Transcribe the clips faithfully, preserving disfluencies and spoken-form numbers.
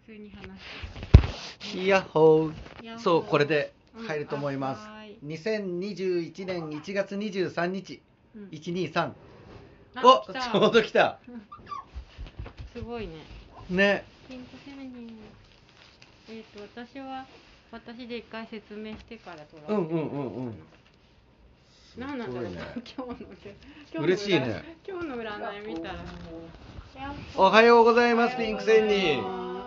普通に話して。 イヤッホー。 ヤッホーそう、これで入ると思います。 うん、あ、はい、 にせんにじゅういちねんいちがつにじゅうさんにち、 うん、 いちにさん。 あ、 お、 来たちょうど来た。 すごいね。 ね。 ピンクセミニン。えっ、ー、と私は私で一回説明してから撮らうんうんうんうん。 なんなんだろう、 すごいね。 今日の今日の嬉しいね。 今日の占い見たら。 おはようございます、ピンク仙人。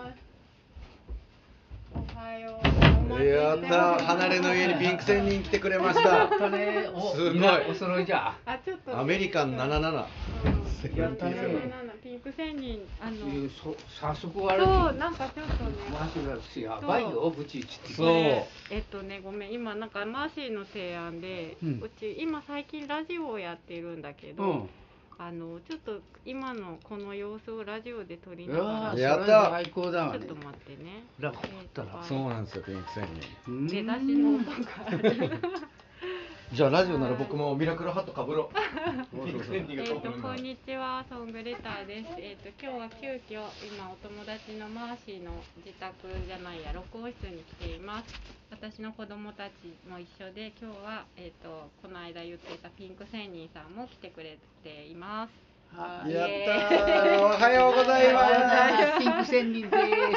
おはよう。 やったー、離れの家にピンク仙人来てくれました。すごい。 お揃いじゃ。 あ、ちょっと、ね、 アメリカンななじゅうなな。 やったね。ピンク仙人、あの、 早速あれ。 そう、なんかちょっとね。 マーシーがやばいよ、ブチチって。 そう。 えっとね、ごめん、今なんかマーシーの提案で、うん、うち今最近ラジオをやってるんだけど。うん、あのちょっと今のこの様子をラジオで撮りながら、 やった最高だわ、 ね、ちょっと待ってね。 ラコったら、 そうなんですよ、ピンク仙人。 出だしの音が。 じゃあラジオなら僕もミラクルハットかぶろう。 えっとこんにちは、ソングレターです。えっ、ー、と今日は急遽今お友達のマーシーの自宅じゃないや録音室に来ています。私の子供たちも一緒で今日はえっ、ー、とこの間言っていたピンク仙人さんも来てくれています。 やったー、おはようございます。 ピンク仙人です。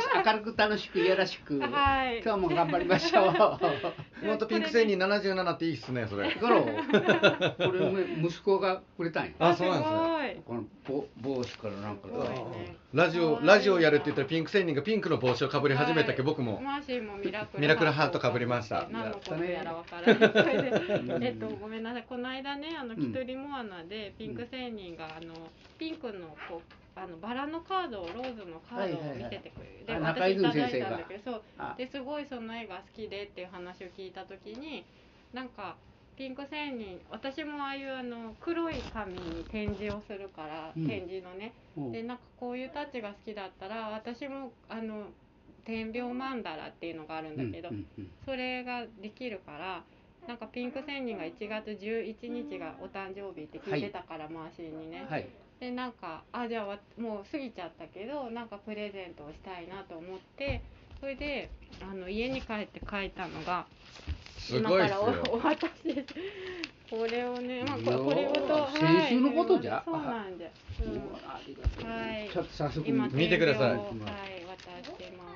明るく楽しくよろしく。はい。今日も頑張りましょう。 本当ピンク仙人ななじゅうななっていいっすね、それ。 ゴロ。これ息子がくれたんや。 あ、そうなんですね。 この帽帽子からなんか。 ラジオラジオやるって言ったらピンク仙人がピンクの帽子をかぶり始めたけど僕もマーシーもミラクルミラクルハートかぶりました。 何のことやらわからない。それでえっとごめんなさい。この間ね、あのキトリモアナでピンク仙人があのピンクのこうあのバラのカードをローズのカードを見せてくれる、はいはいはい、で私いただいたんだけど、そうですごいその絵が好きでっていう話を聞いた時になんかピンク仙人、私もああいうあの黒い紙に展示をするから、うん、展示のね、うん、でなんかこういうタッチが好きだったら私もあの点描マンダラっていうのがあるんだけど、うんうんうん、それができるからなんかピンク仙人がいちがつじゅういちにちがお誕生日って聞いてたから、はい、マーシーにね、はい、でなんかあじゃあもう過ぎちゃったけどなんかプレゼントをしたいなと思ってそれであの家に帰って書いたのがすごいっすよ。 今からお渡しです。これをね、まあ、これごと先週のことじゃ、 はい、そうなんじゃ、うん、 ありがとう、はい、ちょっと早速今見てください。はい、 渡してます。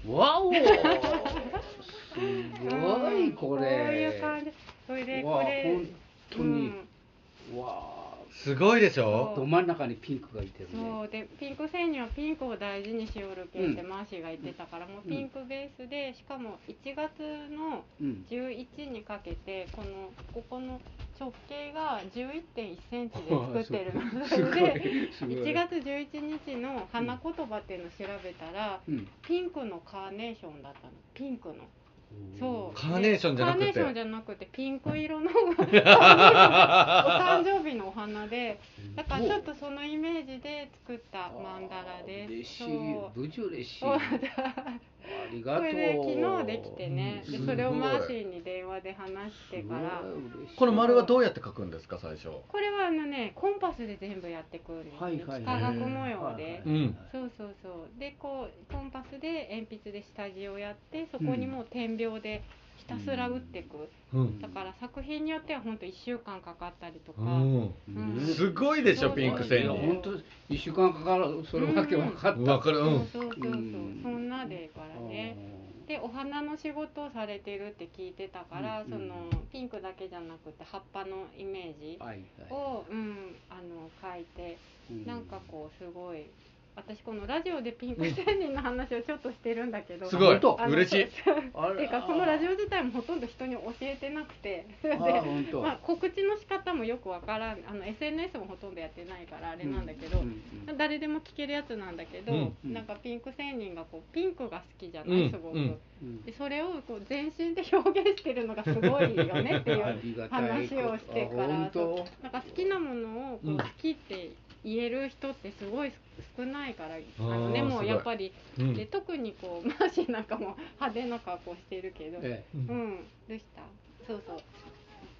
わおすごいこれ。こういう感じ。それでこれ本当に、 うん、 わすごいでしょ。 ど真ん中にピンクがいてるね。 そうでピンク仙人はピンクを大事にしよるけってマーシーが言ってたから、うん、もうピンクベースでしかもいちがつのじゅういちにかけてこのここの直径が じゅういってんいちセンチで作ってるのそれでいちがつじゅういちにちの花言葉っていうのを調べたら、うん、ピンクのカーネーションだったの。ピンクのそうカーネーションじゃなくてカーネーションじゃなくてピンク色のお誕生日のお花でだからちょっとそのイメージで作ったマンダラです。 嬉しい、無事嬉しい。ありがとう。 それで昨日できてね、でそれをマーシーに電話で話してからこの丸はどうやって描くんですか最初。 これはあのねコンパスで全部やってくるんです、はいはい、幾何学模様で、うん、そうそうそうでこうコンパスで鉛筆で下地をやってそこにもう点描でひたすら打っていく、うん、だから作品によっては本当いっしゅうかんかかったりとか、うんうん、すごいでしょピンク仙人。 本当いっしゅうかんかかるそれわけ分かった。 分かる。 そうそうそうそう、うん、そんなでからね。でお花の仕事をされてるって聞いてたから、うん、そのピンクだけじゃなくて葉っぱのイメージを、うん、あの描いて、うん、なんかこうすごい私このラジオでピンク仙人の話をちょっとしてるんだけど、 すごい嬉しい。 っていうかこのラジオ自体もほとんど人に教えてなくてで、まあ、告知の仕方もよくわからんあの エスエヌエス もほとんどやってないからあれなんだけど、うんうん、誰でも聞けるやつなんだけど、うんうん、なんかピンク仙人がこうピンクが好きじゃない、うん、すごく、うんうん、でそれをこう全身で表現してるのがすごいよねっていう話をしてからなんか好きなものをこう好きって言える人ってすごい少ないからあのねもうやっぱり、うん、で特にこうマーシーなんかも派手な格好してるけど、ええ、うんどうしたそうそう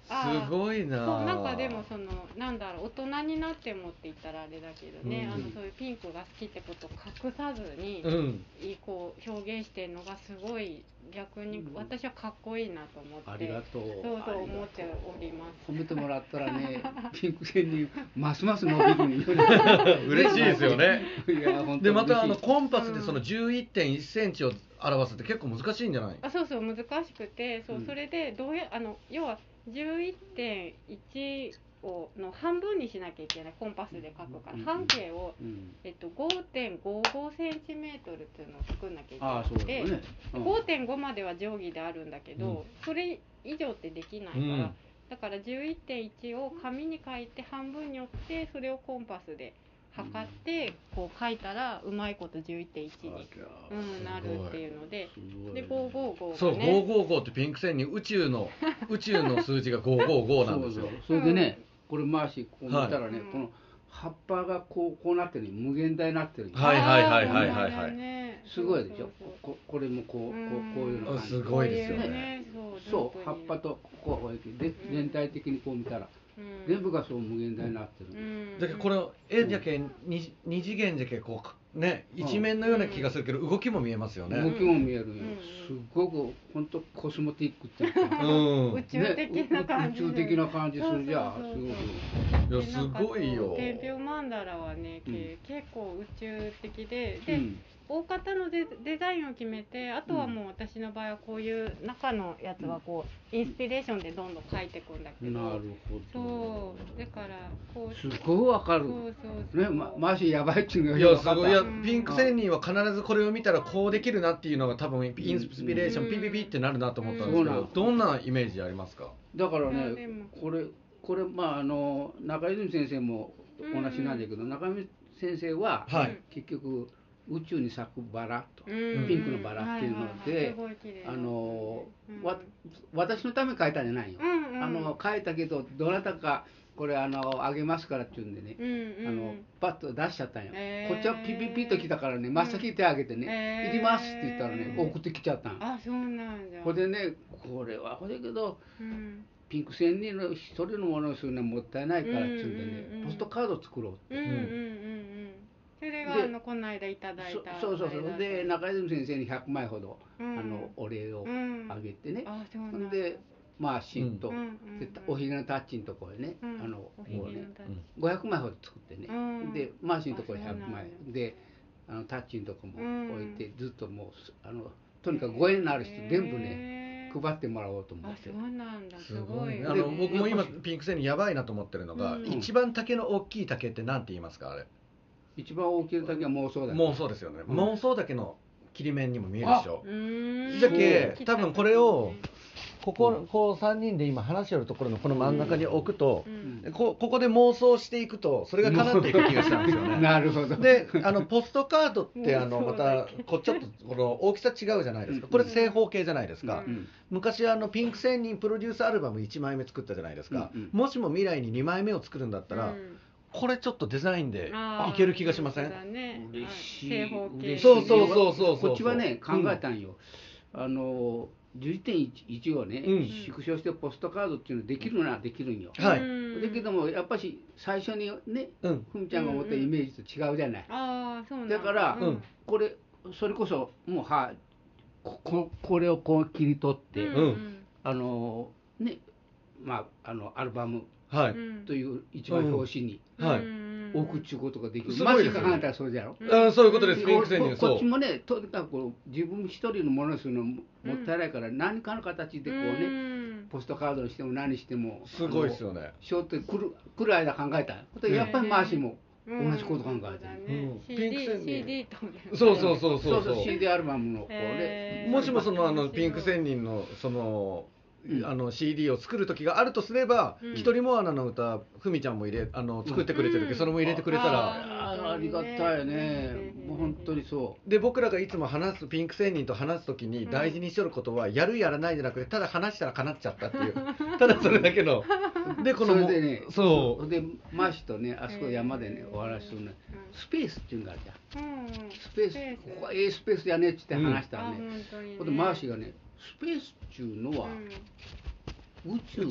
すごいな。 そう、なんかでもそのなんだろう、大人になってもって言ったらあれだけどね、うん、あのそういうピンクが好きってことを隠さずに、うん、こう表現してるのがすごい逆に私はかっこいいなと思って、 ありがとう。 そうそう思っております。 褒めてもらったらね、ピンク線にますます伸びるに嬉しいですよね。 いや本当でまたあのコンパスでその じゅういってんいちセンチを表すって結構難しいんじゃない？ あ、そうそう難しくて、そう、うん、それでどうやあの要は じゅういってんいち をの半分にしなきゃいけない、コンパスで書くから、うん、半径を、うん、えっと、ごてんごごセンチメートルっていうのを作んなきゃいけなくて、ね、うん、ごてんご までは定規であるんだけど、うん、それ以上ってできないから、うん、だから じゅういってんいち を紙に書いて半分に折ってそれをコンパスで測ってこう書いたらうまいこと じゅういってんいち に、うん、なるっていうので、でごひゃくごじゅうごがね、 そうごひゃくごじゅうごってピンク線に宇宙の宇宙の数字がごひゃくごじゅうごなんですよ。 それでね、これ回しこう見たらね、はい、この葉っぱがこうこうなってる、無限大になってる。 はいはいはいはいはいはい。 すごいでしょ。ここれもこうこうこういうの。 すごいですよね。 そう葉っぱとこうで全体的にこう見たら。全部がそう無限大になってる。 だけどこれ絵じゃけ二二次元じゃけこうね一面のような気がするけど動きも見えますよね。 動きも見えるよ。すごく本当コスモティックっていうか、 宇宙的な感じ。 宇宙的な感じするじゃん。すごく。 いやすごいよ。 天平マンダラはね結構宇宙的でで。大方の デ, デザインを決めて、あとはもう私の場合はこういう中のやつはこうインスピレーションでどんどん描いていくんだけど、 なるほど。そうだからこうすごいわかる。そうそうそうね、まマシやばいっていうのがいやすごい。いやピンク仙人は必ずこれを見たらこうできるなっていうのが多分インスピレーション、うん、ピピピってなるなと思ったんですけど、うん、どんなイメージありますか？ だからねこれこれまああの中泉先生も同じなんだけど、うん、中泉先生は、はい、結局宇宙に咲くバラと、うん、ピンクのバラっていうので、あの、うん、わ私のために書いたんじゃないよ、うんうん、あの書いたけどどなたかこれあのあげますからっていうんでね、うんうん、あのパッと出しちゃったんよ、えー、こっちはピピピッと来たからね真っ先に手挙げてね、えー、いりますって言ったらね送ってきちゃったん。 あ、そうなんだ。 これでねこれはこれだけど、うん、ピンク仙人の一人のものをするのはもったいないからっていうんでね、うんうんうん、ポストカードを作ろうって、うんうんうんうん、 それがあのこの間いただいた。 そうそうそう。で中泉先生にひゃくまいほど、うん、あのお礼をあげてね。うん、あ、そうなんだ。でマーシンと、うん、でおひげのタッチのところへね、うん、あのこうねごひゃくまいほど作ってね。うん、でマーシンのところひゃくまいであのタッチのところも置いて、ずっともうあのとにかくご縁のある人全部ね配ってもらおうと思って。 あ、そうなんだ。すごい。 あの僕も今ピンク線にやばいなと思ってるのが、うん、一番竹の大きい竹ってなんて言いますかあれ？ 一番大きい竹は妄想だね。妄想ですよね。妄想竹の切り面にも見えるでしょ。じゃけ多分これをこここうさんにんで今話し合うところのこの真ん中に置くと、うん、こ, ここで妄想していくとそれが叶っていく気がしたんですよね。 なるほど。 であのポストカードってあのまたこちょっとこの大きさ違うじゃないですか。これ正方形じゃないですか。うん、昔あのピンク仙人プロデュースアルバムいちまいめ作ったじゃないですか。うんうん、もしも未来ににまいめを作るんだったら、うん、これちょっとデザインでいける気がしません？ 嬉しい。正方形。 そうそうそうそう。 こっちはね考えたんよ。うん、あのじゅういってんいち をね、うん、縮小してポストカードっていうのできるのはできるんよ。はい。だけどもやっぱし最初にね、うん、ふみちゃんが思ったイメージと違うじゃない。 ああ、そうなんだ。だから、うん、これそれこそもうはここれをこう切り取って、うん、あのね、まああのアルバムという一番表紙に。うん、はい。置くっちゅうことができる。 すごいですよね。 マジで考えたらそうじゃろ。 ああ、そういうことです。ピンク仙人。 こっちもね、とにかく自分一人のものにするのもったいないから、何かの形でこうね、ポストカードにしても何してもすごいですよね。 しようって来る来る間考えた。やっぱりマーシーも同じこと考えてる。 ピンク仙人。 そうそうそうそうそう。シーディー アルバムのこうね。 もしもそのあのピンク仙人のそのあの シーディー を作る時があるとすれば、うん、一人も穴の歌ふみちゃんも入れあの作ってくれてるけど、うん、それも入れてくれたら、 あ, ありがたいね、もう本当にそう。 で僕らがいつも話すピンク仙人と話す時に大事にしとることは、うん、やるやらないじゃなくてただ話したら叶っちゃったっていうただそれだけのでこのそれでねそうでマーシとねあそこ山でねお話しするね、スペースっていうのがあるじゃん、うん、スペースここはええスペースやねって言って話したらね、うん、ねほんでマーシがねスペースっていうのは、うん宇宙、宇宙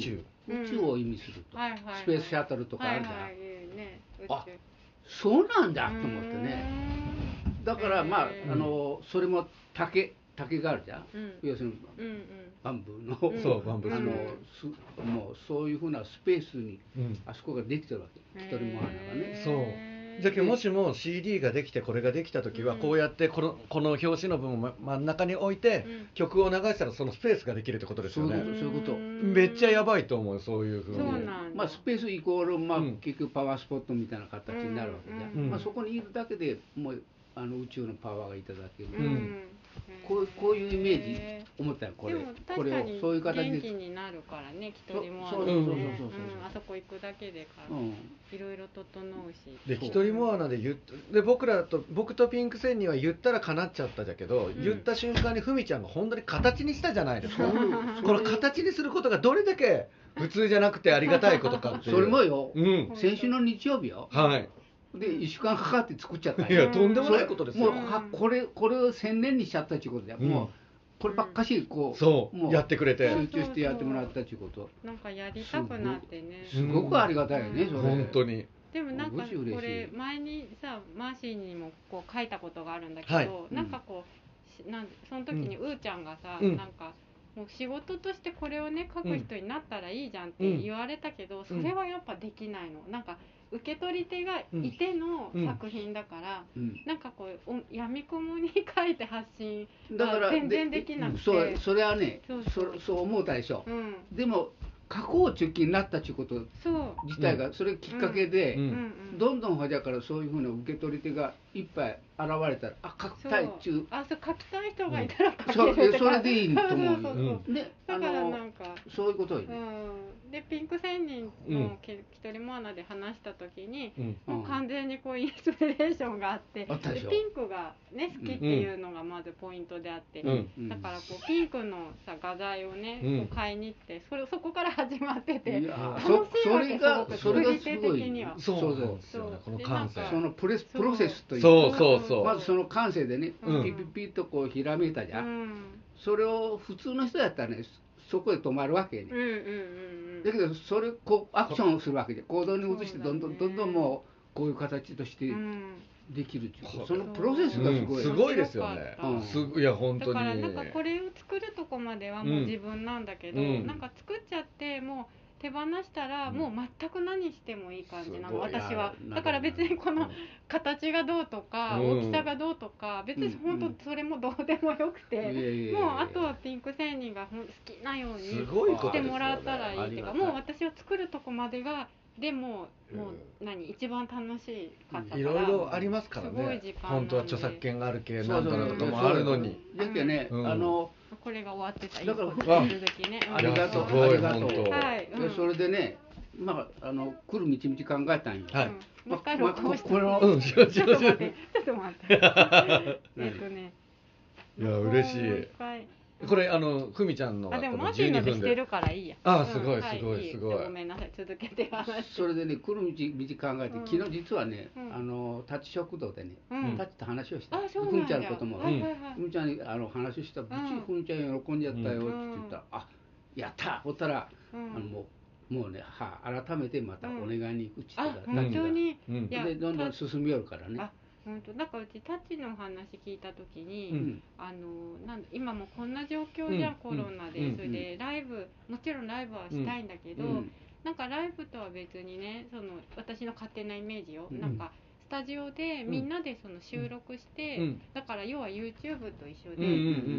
宇宙を意味すると、スペースシャトルとかあるじゃん、あ、そうなんだと思ってね。だからまあ、あのそれも竹竹があるじゃん、要するにバンブーの、 そうバンブー、 あのもうそういうふうなスペースにあそこができてるわけ、一人も花がね。 そうじゃけもしも シーディー ができてこれができた時はこうやってこのこの表紙の部分を真ん中に置いて曲を流したらそのスペースができるってことですよね。 そういうこと。 めっちゃやばいと思う、そういうふうに。 まあスペースイコールまあ結局パワースポットみたいな形になるわけじゃん。まあそこにいるだけでもうあの宇宙のパワーがいただける。こうこういうイメージ思ったよ、これ。 でも確かに元気になるからね、キトリモアナであそこ行くだけでからいろいろ整うし。 でキトリモアナで言っで僕らと僕とピンク仙人は言ったら叶っちゃったじゃけど、うん、言った瞬間にふみちゃんが本当に形にしたじゃないですか。この形にすることがどれだけ普通じゃなくてありがたいことかっていう。 それもよ、うん、先週の日曜日よ。 はい。 でいっしゅうかんかかって作っちゃったんや。いやとんでもないことですよ。 もうはこれこれを専念にしちゃったっていうことで、うん、もうこればっかしこう、 そうもうやってくれて集中してやってもらったっていうこと。 なんかやりたくなってね。 すごくありがたいよね、それ。 本当に。 でもなんかこれ前にさマーシーにもこう書いたことがあるんだけど、はい、なんかこうなんその時にうーちゃんがさ、うん、なんかもう仕事としてこれをね書く人になったらいいじゃんって言われたけど、うん、それはやっぱできないの。なんか受け取り手がいての作品だから、うん、なんかこうやみくもに書いて発信が全然できなくて。 そうそれはね、そうそうそそう思うたでしょ。うん、でも書こう中期になったっていうこと自体がそれきっかけで、どんどんほじゃからそういうふうな受け取り手がいっぱい現れたら、あ書きたいっちゅう、 あそう書きたい人がいたら書けるってそれでいいと思うよ。 でだからなんかそういうことよね。 でピンク仙人のキトリモアナで話した時に、もう完全にこうインスピレーションがあって、でピンクがね好きっていうのがまずポイントであって、だからこうピンクのさ画材をねこう買いに行って、それそこから始まってて、楽しいわけすごく作り手的には。 そうですよね、この感性。 そのプレスプロセスというそうそうそう。 まずその感性でね、ピピピッとこうひらめいたじゃん。それを普通の人だったらね、そこで止まるわけね。だけどそれこうアクションをするわけで、行動に移してどんどんどんどんもうこういう形としてできるっていう、そのプロセスがすごい。 すごいですよね。いや本当に。 だからなんかこれを作るとこまではもう自分なんだけど、なんか作っちゃってもう手放したらもう全く何してもいい感じなの、私は。だから別にこの形がどうとか大きさがどうとか別に本当それもどうでもよくて、もうあとはピンク仙人が好きなようにしてもらったらいいっていうか、もう私は作るとこまでがでももう何一番楽しかったから。 いろいろありますからね。本当は著作権がある系なんとかとかもあるのに。 だけどね、あのこれが終わってた。 だからありがとうありがとう。 はい。 でそれでね、まああの来る道々考えたんよ。 はい。もう一回録音して。これをうんちょっと待って、ちょっと待って。えっとね。 いや嬉しい。これあのふみちゃんのあでもマジのでしてるからいいや。 あすごいすごいすごい。 ごめんなさい続けて話。 それでね来る道道考えて、昨日実はねあの立ち食堂でね立ちと話をした。ふみちゃんのこともふみちゃんにあの話した。ぶちふみちゃん喜んじゃったよって言ったら、あやったほったらあのもうもうねは改めてまたお願いに行くって言ってた。 本当に。 でどんどん進みよるからね。 本当だからうちタッチのお話聞いた時に、うん、あのなん今もこんな状況じゃん、うん、コロナで、うん、それでライブもちろんライブはしたいんだけど、うん、なんかライブとは別にねその私の勝手なイメージよ、うん、なんかスタジオでみんなでその収録して、うん、だから要は YouTube と一緒で、うん、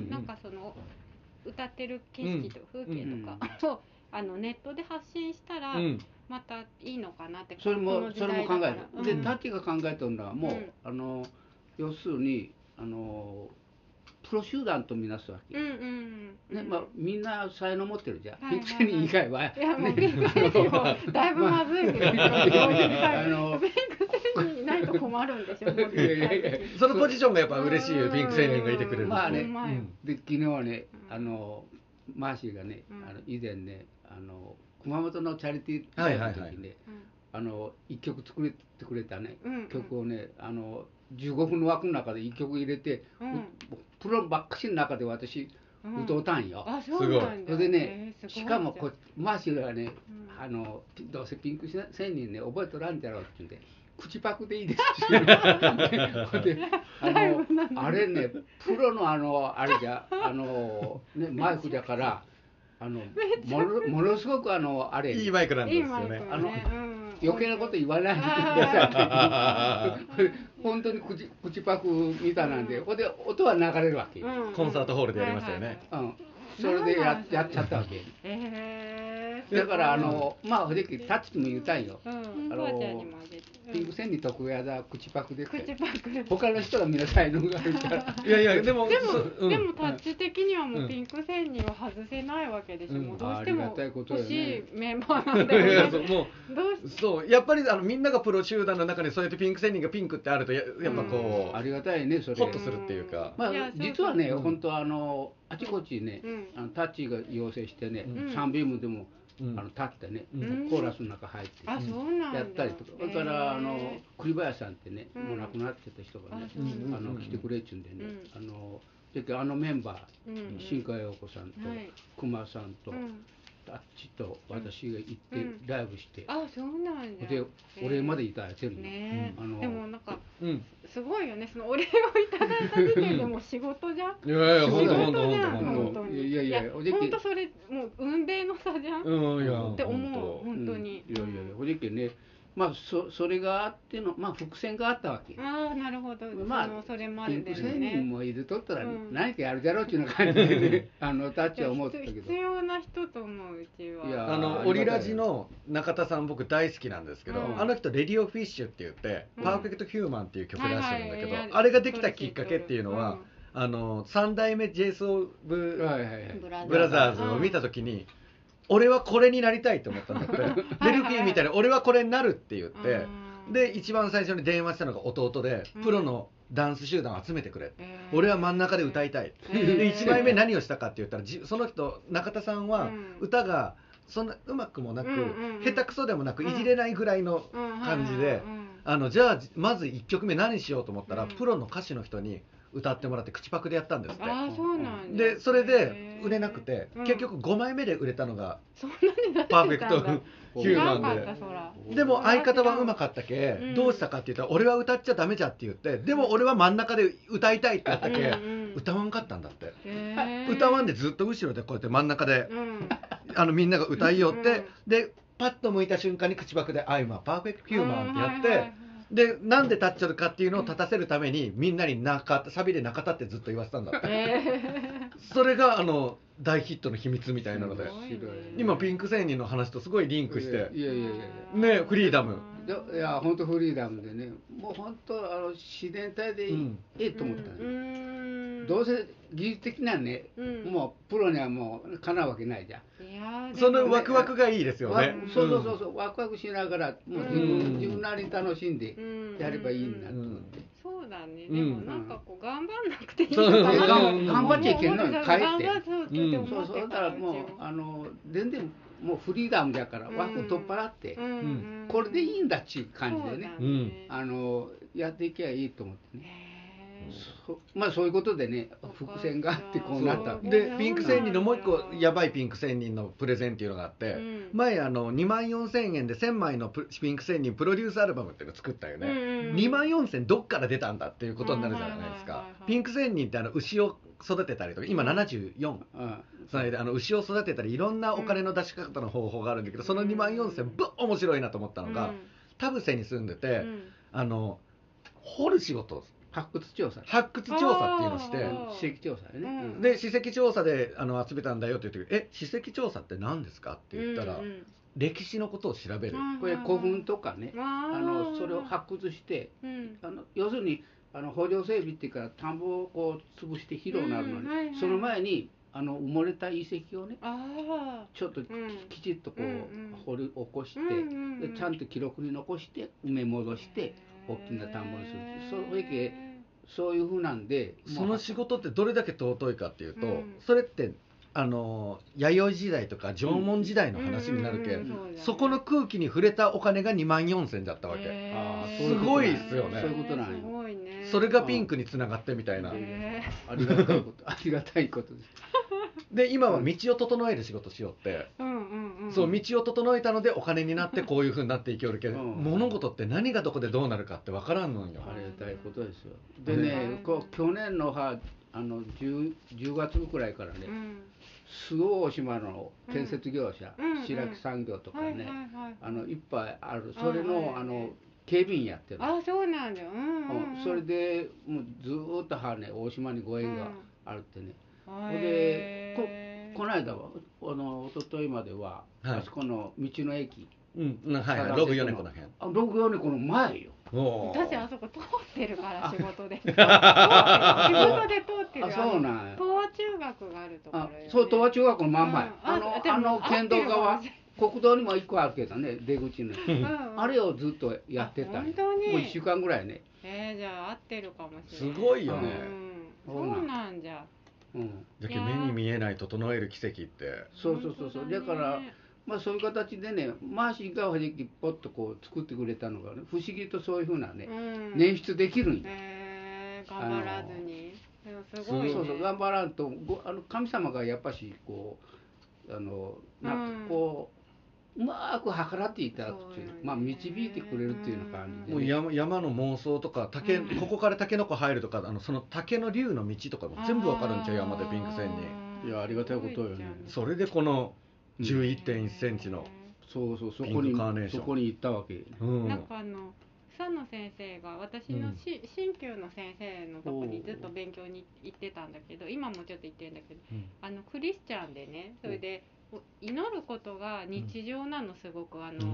なんかその歌ってる景色と風景とかを、あのネットで発信したら、またいいのかなって。 それもそれも考える、うん、でタッチが考えてるのはもう、うん、あの要するにあのプロ集団とみなすわけ、うんうんうんね、まあ、みんな才能持ってるじゃん、はいはいはい、ピンク仙人以外は、 いやもうピンク仙人もだいぶまずいけど、まあ、あのピンク仙人いないと困るんでしょいやいやいやそのポジションがやっぱ嬉しいよ、ピンク仙人がいてくれる。 まあね、うん、で昨日はねあのマーシーがね、うん、あの以前ねあの熊本のチャリティーライブの時にね、はいはいはい、あのいっきょく作ってくれたね、うんうん、曲をねあのじゅうごふんの枠の中でいっきょく入れて、うん、プロばっかしの中で私歌うたんよ。 あ、そうなんだ。 それでね、しかもこマーシュがね、あのどうせピンク仙人ね覚えとらんじゃろうって言うんで、口パクでいいですってであのあれね、プロのあのあれじゃあのねマイクだから。あのものものすごくあのあれいいマイクなんですよね。 あの、うん、余計なこと言わないでください。本当に口口パクみたいなんで、ほ、うんで音は流れるわけ。 うん、コンサートホールでやりましたよね。 うん、それでややっちゃったわけ。えー、だからあのまあほできタッチも言うたんよ。うん、あのピンク仙人得やだ口パクで口パク他の人が皆才能があるからいやいやでもでも、うん、でもタッチ的にはもうピンク仙人は外せないわけでしょ、うん、もうどうしても欲しいメンバーなんだよね。そうもうどうそうやっぱりあのみんながプロ集団の中にそうやってピンク仙人がピンクってあると や, やっぱこう、 うん、ありがたいねそれホッとするっていうか、 まあ実はね、うん、本当あのあちこちね、うん、あのタッチが要請してね、うん、サンビームでもうん、あの立ってね、うん、コーラスの中入ってやったりとか、それからあの栗林さんってね、うん、もう亡くなってた人がね、うん、あの来てくれっちゅうんでね、うん、あのであのメンバー、うん、新海陽子さんと、はい、熊さんと、うん、タッチと私が行ってライブして、 うん、あ、そうなんだ。 でお礼までいただいてるの。 ね、あのでもなんか、うん、すごいよね、そのお礼をいただいた時点でもう仕事じゃん。 いやいや本当本当本当いやいや本当それもう運命の差じゃん。うんいやって思う本当に。 いやいやほじけね。まあ、そ, それがあっての、まあ、伏線があったわけ。 ああなるほど、まあ、そ, それまでで、ね、 ピンク仙人もいるとったら何かやるだろうっていうような感じで、ね、あのタッチは思ってたけど必要な人と思ううちは。 いやあのオリラジの中田さん僕大好きなんですけど、うん、あの人レディオフィッシュって言って、うん、パーフェクトヒューマンっていう曲出してるんだけど、はいはい、あれができたきっかけっていうのは、うん、あのさん代目 ジェイソー ブ, はいはいはい、ブラザーズを見た時に、うん俺はこれになりたいと思ったんだってデルフィーみたいな俺はこれになるって言ってで一番最初に電話したのが弟でプロのダンス集団を集めてくれ、うん、俺は真ん中で歌いたい、うん、でいちまいめ何をしたかって言ったらその人中田さんは歌がそんなうまくもなく、うんうんうん、下手くそでもなくいじれないぐらいの感じで、あのじゃあまずいっきょくめ何しようと思ったら、うん、プロの歌手の人に歌ってもらって口パクでやったんですって。 あそうなんだ。 でそれで売れなくて、うん、結局ごまいめで売れたのがパーフェクトヒューマンででも相方はうまかったけ、うん、どうしたかって言ったら俺は歌っちゃダメじゃって言ってでも俺は真ん中で歌いたいって言ったけ、うん、歌わんかったんだって。歌わんでずっと後ろでこうやって真ん中で、うん、あのみんなが歌いよって、うん、でパッと向いた瞬間に口パクで「I'm a perfect human」ってやって、うんはいはいでなんで立っちゃうかっていうのを立たせるためにみんなに中サビで中田ってずっと言わせたんだって、えー、それがあの大ヒットの秘密みたいなので今ピンク仙人の話とすごいリンクしていやいやいやねフリーダムいや本当フリーダムでねもう本当あの自然体でいい、うん、いいと思ったね、うん、どうせ技術的なね、うん、もうプロにはもうかなうわけないじゃんいやそのワクワクがいいですよねそうそうそうそう、うん、ワクワクしながらもう自分、うん、自分なりに楽しんでやればいいんだと思って、 うん、そうだねでもなんかこう頑張んなくていいのかな、 うん、頑張っちゃいけんのに帰ってそう、 そうそうだからもうあの全然もうフリーダムだから枠取っ払って、うん、これでいいんだっちゅう感じでね、うん、あのやっていけばいいと思ってねそまあそういうことでね伏線があってこうなったでピンク仙人のもう一個やばいピンク仙人のプレゼンっていうのがあって、うん、前あのにまんよんせんえんでせんまいのピンク仙人プロデュースアルバムっていうのを作ったよね、うんうん、にまんよんせんどっから出たんだっていうことになるじゃないですかピンク仙人ってあの牛を育てたりとか今ななじゅうよん、うん、その間あの牛を育てたりいろんなお金の出し方の方法があるんだけど、うん、そのにまんよんせんぶっ面白いなと思ったのが、うん、田臥に住んでて、うん、あの掘る仕事発掘調査発掘調査っていうのをして史跡調査でね、 うん、で史跡調査であの集めたんだよって言ってえ史跡調査って何ですかって言ったら、うんうん、歴史のことを調べるこれ古墳とかねあのそれを発掘して、うん、あの要するにあの補助整備っていうか田んぼをこう潰して広くなるのに、うんはいはい、その前にあの埋もれた遺跡をねちょっときちっとこう、うん、掘り起こして、うん、でちゃんと記録に残して埋め戻して大きな田んぼにするそれそういうふうなんでその仕事ってどれだけ尊いかっていうと、うん、それってあの弥生時代とか縄文時代の話になるけ、うんうんうん、そこの空気に触れたお金がにまんよんせんだったわけあすごいですよねそういうことなんよすごいねそれがピンクにつながってみたいなありがたいことありがたいことですで今は道を整える仕事しようって、うんうんうん、そう道を整えたのでお金になってこういうふうになっていきよるけど、うん、物事って何がどこでどうなるかって分からんのよ。 ありがたいことですよ。でね、こう去年のはあの 10, じゅうがつくらいからね、うん、周防大島の建設業者、うん、白木産業とかね、あのいっぱいある、それの、あの警備員やってる。 あ、そうなんだよ、うんうんうん、 それでもうずーっとはね大島にご縁があるってね、うん、で こ, この間はあの一昨日までは、はい、あそこの道の駅、 うんはいはい、ログヨネコの辺、 あログヨネコの前よ。 私あそこ通ってるから仕事で仕事で通ってる。 あ、そうなんや。 東和中学があるところよ、ね、 あ、そう、東和中学の真ん前、うん、あのあの県道側、国道にもいっこあるけどね、出口の、うん、あれをずっとやってた。 本当にもういっしゅうかんぐらいね。 えー、じゃあ合ってるかもしれない。 すごいよね、 うん、そうなんじゃ、 うん、だけど目に見えない整える奇跡って、 そうそうそうそう、だからまあそういう形でね、マーシーがはじきポッとこう作ってくれたのが、ね、不思議とそういうふうなね、うん、捻出できるんや。 へー、頑張らずに。すごいね。 そうそう、頑張らんと、あの神様がやっぱしこうあのなんかこう、うん、うまく計らっていただくっていう、まあ導いてくれるっていうような感じで、ね、 もう 山, 山の妄想とか竹、うん、ここからタケノコ入るとか、あのその竹の竜の道とかも全部わかるんちゃう、山でピンク線に。 いや、ありがたいことよね。 それでこのじゅういってんいっセンチのピンクカーネーション、 そこに行ったわけ、 うん、なんかあの佐野先生が私のし、うん、鍼灸の先生のとこにずっと勉強に行ってたんだけど、今もちょっと行ってるんだけど、うん、あのクリスチャンでね、それで祈ることが日常なの、すごくあの、うん、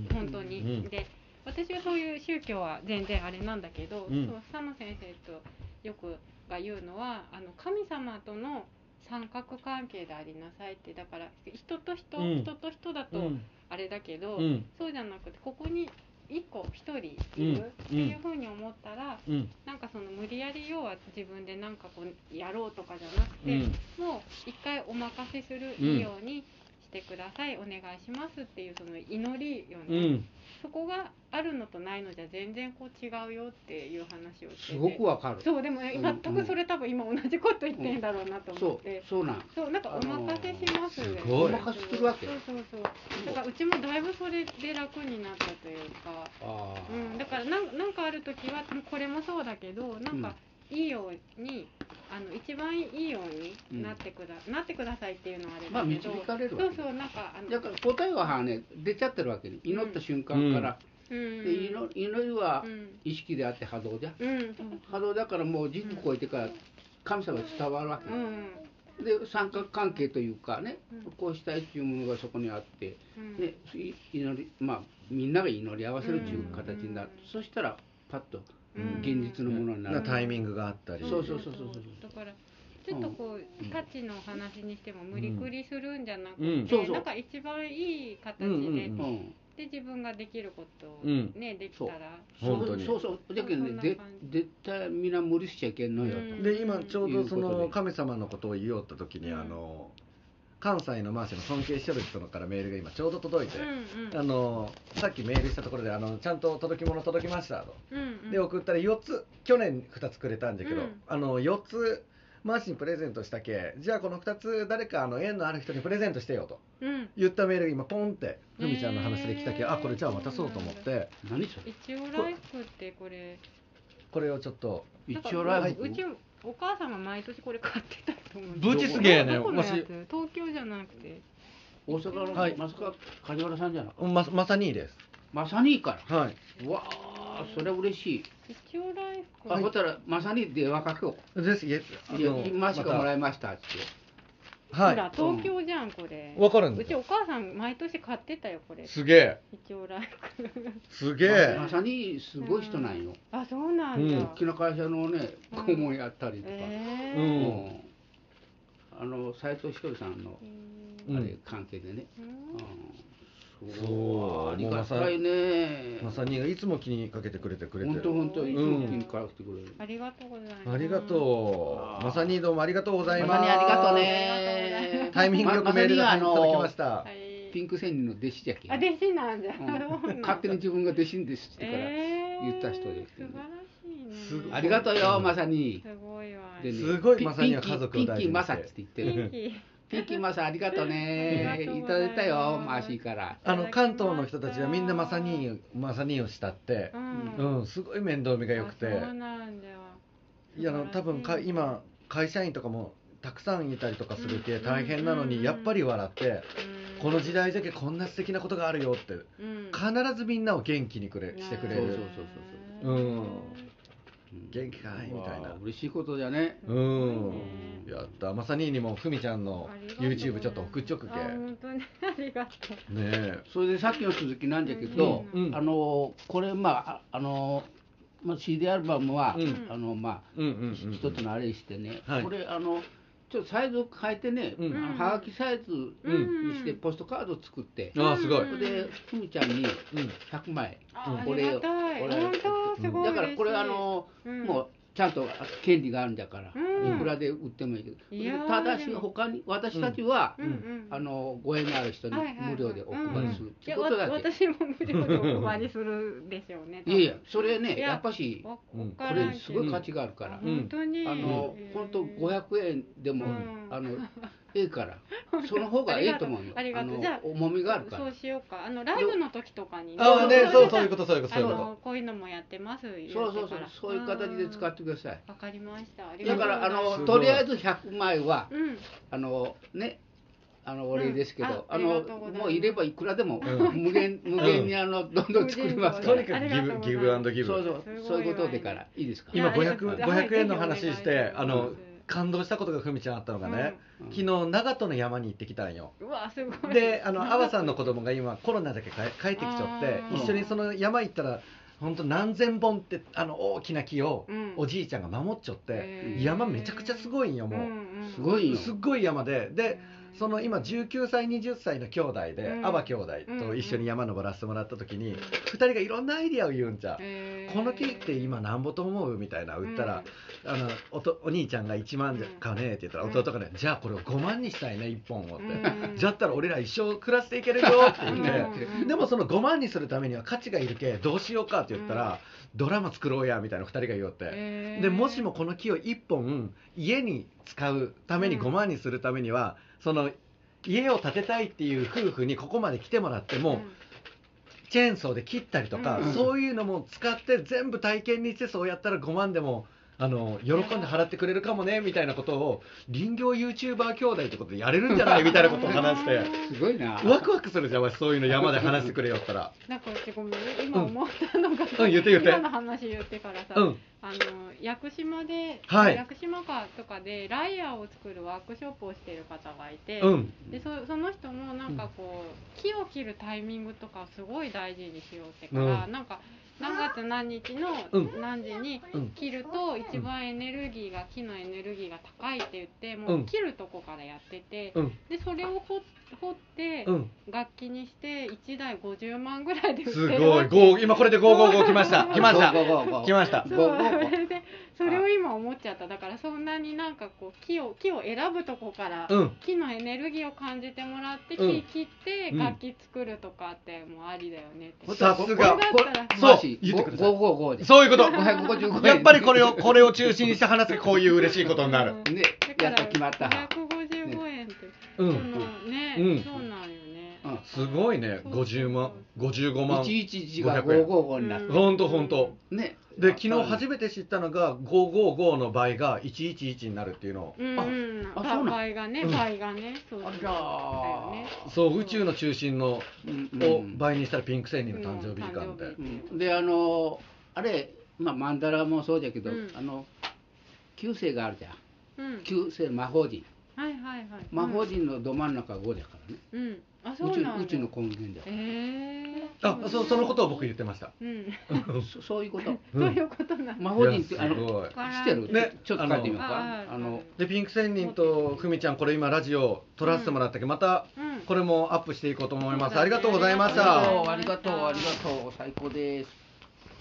本当に、うん、で私はそういう宗教は全然あれなんだけど、うん、そう佐野先生とよくが言うのは、あの神様との三角関係でありなさいって。だから人と人、うん、人と人だとあれだけど、うん、そうじゃなくてここに一個一人いるっていうふうに思ったら、うん、なんかその無理やり要は自分でなんかこうやろうとかじゃなくて、うん、もう一回お任せするようにしてください、お願いしますっていうその祈りよね、うん、そこがあるのとないのじゃ全然こう違うよっていう話をしてて、 すごくわかる。 そう、でも全くそれ多分今同じこと言ってんだろうなと思って、 うん、そう、そうなん、 そう、なんかお任せしますね、 すごいお任せするわけ。 そうそうそう、だからうちもだいぶそれで楽になったというか、あ、うん、だからなん、なんかある時はこれもそうだけど、なんかいいように、あの一番いいようになってくだ、うん、なってくださいっていうのはあれだけど、 まあ導かれるわけ。 そうそう、なんかあのだから答えはね出ちゃってるわけで、祈った瞬間から、うん、で 祈, 祈りは意識であって波動じゃ、うん、波動だからもう時空超えてから神様が伝わるわけ、うん、で三角関係というかね、うん、こうしたいっていうものがそこにあって、うん、ね、祈り、まあみんなが祈り合わせるっていう形になる、うん、そしたらパッと現実のものになる、 うん、タイミングがあったり、 そうそうそうそう、 だからちょっとこう、うん、タッチの話にしても無理くりするんじゃなくて、うん、なんか一番いい形で、うんうんうん、で自分ができることをね、うん、できたら、 そう本当にそうそうだけどね、で絶対みんな無理しちゃいけんのよ、うん、 で今ちょうどその神様のことを言おうった時に、うん、あの関西のマーシェの尊敬してる人からメールが今ちょうど届いて、うんうん、あのさっきメールしたところであのちゃんと届き物届きましたと、うんうん、で送ったらよっつ、去年ふたつくれたんだけど、うん、あのよっつマーシーにプレゼントしたけ、じゃあこのふたつ誰かあの縁のある人にプレゼントしてよと、うん、言ったメールが今ポンってふみちゃんの話で来たけ、えー、あこれじゃあ渡そうと思って、 何それ一応ライフってこれこれをちょっと一応ライフ、 うちお母さんが毎年これ買ってたと思う。 ブチすげえね。 もし東京じゃなくて大阪の、はい、まさか梶原さんじゃなくて、 ままさにですまさにから、 はい、 うわあそれは嬉しい。 一応ライフあほったらまさに電話かけようです。いや今しかもらいましたって、 はい、ほら東京じゃんこれ。 わかるんです。 うちお母さん毎年買ってたよこれ。 すげえ。 一応ライフすげえ。 まさにすごい人なんよ。 あそうなんだ。 大きな会社のね顧問やったりとか、うん、あの斉藤ひとりさんのあれ関係でね。 そう、 ありがたいね。 まさにがいつも気にかけてくれてくれてる。 本当本当いつも気にかけてくれる。 ありがとうございます。 ありがとう。まさにどうもありがとうございます。まさにありがとうね。 タイミングよくメールがいただきました。 ピンク仙人の弟子じゃけ。 あ弟子なんじゃ。 勝手に自分が弟子ですってから言った人で。 素晴らしいね。 ありがとうよまさに。 すごいわ。 すごいまさには家族を大事にして。 ピンキーマサって言ってる。 ピンキーマさんありがとうね。いただいたよ、マーシーから。 あの関東の人たちはみんなマサニーマサニーを慕って、うん、うん、すごい面倒見が良くて。 そうなんだよ。 いや、あの多分か今会社員とかもたくさんいたりとかするけ大変なのにやっぱり笑って、この時代だけこんな素敵なことがあるよって必ずみんなを元気にくれしてくれる。そうそうそうそう。うん。元気かいみたいな。 嬉しいことじゃね。 うん。やった。まさににもふみちゃんの YouTube ちょっと送っちょくけ。 本当にありがとう。ねえ。それでさっきの続きなんだけど、あのこれまああのまあ シーディー アルバムはあのまあ一つのあれしてね、これあの。ちょっとサイズを変えてね、うん、あのはがきサイズにしてポストカードを作って、 うん、あすごい。 でふみちゃんにひゃくまい、 お礼を、 だからこれあの、うん、もうちゃんと権利があるんだから、うん、いくらで売ってもいいけど、ただし他に私たちは、うん、あのご縁のある人に無料でお配りするっていうことだけ、 うん、私も無料でお配りするでしょうね。 いやいや、それねやっぱしこれすごい価値があるから、 本当にあの本当ごひゃくえんでも、あのええから、その方がええと思うよ。 ありがとう。 じゃあ重みがあるから。 そうしようか。あのライブの時とかに。 ああね、そうそういうことそういうことそういうこと。こういうのもやってます。 そうそうそう、そういう形で使ってください。 わかりました。 だからあのとりあえずひゃくまいはあのね。あのお礼ですけど、あのもういればいくらでも無限無限にあのどんどん作りますから。 とにかくギブギブアンドギブ。 そうそうそういうことでからいいですか。 今ごひゃくえんの話してあの。感動したことがふみちゃんあったのがね、うん、昨日長門の山に行ってきたんよ。 うわすごい。 であの阿波さんの子供が今コロナだけ帰ってきちゃって一緒にその山行ったら本当何千本ってあの大きな木をおじいちゃんが守っちゃって、うん、山めちゃくちゃすごいんよもう、うん、 すごいよすごい山ででその今じゅうきゅうさいにじゅっさいの兄弟で、うん、阿波兄弟と一緒に山登らせてもらった時に、うん、ふたりがいろんなアイディアを言うんちゃう、えー、この木って今なんぼと思うみたいな言ったら、うん、あの お, とお兄ちゃんがいちまんかねって言ったら、うん、弟がねじゃあこれをごまんにしたいねいっぽんをって、うん、じゃったら俺ら一生暮らしていけるよって言って、うん、でもそのごまんにするためには価値がいるけどうしようかって言ったら、うん、ドラマ作ろうやみたいなふたりが言おって、えー、でもしもこの木をいっぽん家に使うためにごまんにするためには、うん、その家を建てたいっていう夫婦にここまで来てもらっても、うん、チェーンソーで切ったりとか、うん、そういうのも使って全部体験にしてそうやったらごまんでもあの喜んで払ってくれるかもねみたいなことを林業 YouTuber 兄弟ってことでやれるんじゃないみたいなことを話してすごいなワクワクするじゃんそういうの山で話してくれよったらなんかごめん今思ったのが、 うんうん、言って言って今の話言ってからさ、うん、あの屋久島で、はい、屋久島かとかでライヤーを作るワークショップをしている方がいて、うん、で そ, その人もなんかこう木を切るタイミングとかすごい大事にしようってから、うん、なんか何月何日の何時に切ると一番エネルギーが木のエネルギーが高いって言ってもう切るとこからやってて、でそれを掘って楽器にしていちだいごじゅうまんぐらいで売ってる。 すごい今これでごひゃくごじゅうご来ました来ました来ましたそうそれでそれを今思っちゃった。だからそんなになんかこう木を木を選ぶとこから木のエネルギーを感じてもらって木切って楽器作るとかってもうありだよねって。 さすがそう言ってください。ごひゃくごじゅうごでそういうことごひゃくごじゅうごやっぱりこれをこれを中心にして話すこういう嬉しいことになる、 うん、ねやっと決まったごひゃくごじゅうごえんって、ね、そのね、うん、そうなんよね、 うん、すごいねごじゅうまんごじゅうごまんいちいちいちがごひゃくごじゅうごになってほんとほんとねで昨日初めて知ったのがごひゃくごじゅうごの倍がいちいちいちになるっていうのを、 うんうん、ああそうな倍がね、うん、倍がねそうそうあじゃあ、 ね、そう宇宙の中心の、うん、を倍にしたらピンク仙人の誕生日時間って、 うんうん、であのあれまあマンダラもそうだけど、うん、あの旧星があるじゃん、うん、旧星魔法陣はいはいはい、 魔法陣のど真ん中がごだからね、 うん、あそうなん宇宙の根源だよ、 えー、あ そ, そのことを僕言ってました、 うん、そ, そういうこと、 うん、そういうことなん魔法陣ってあのしてる、ね、ちょっと書いてみようかああのでピンク仙人とふみちゃんこれ今ラジオ撮らせてもらったけど、うん、またこれもアップしていこうと思います、うん、ありがとうございましたありがとうありがとう最高です。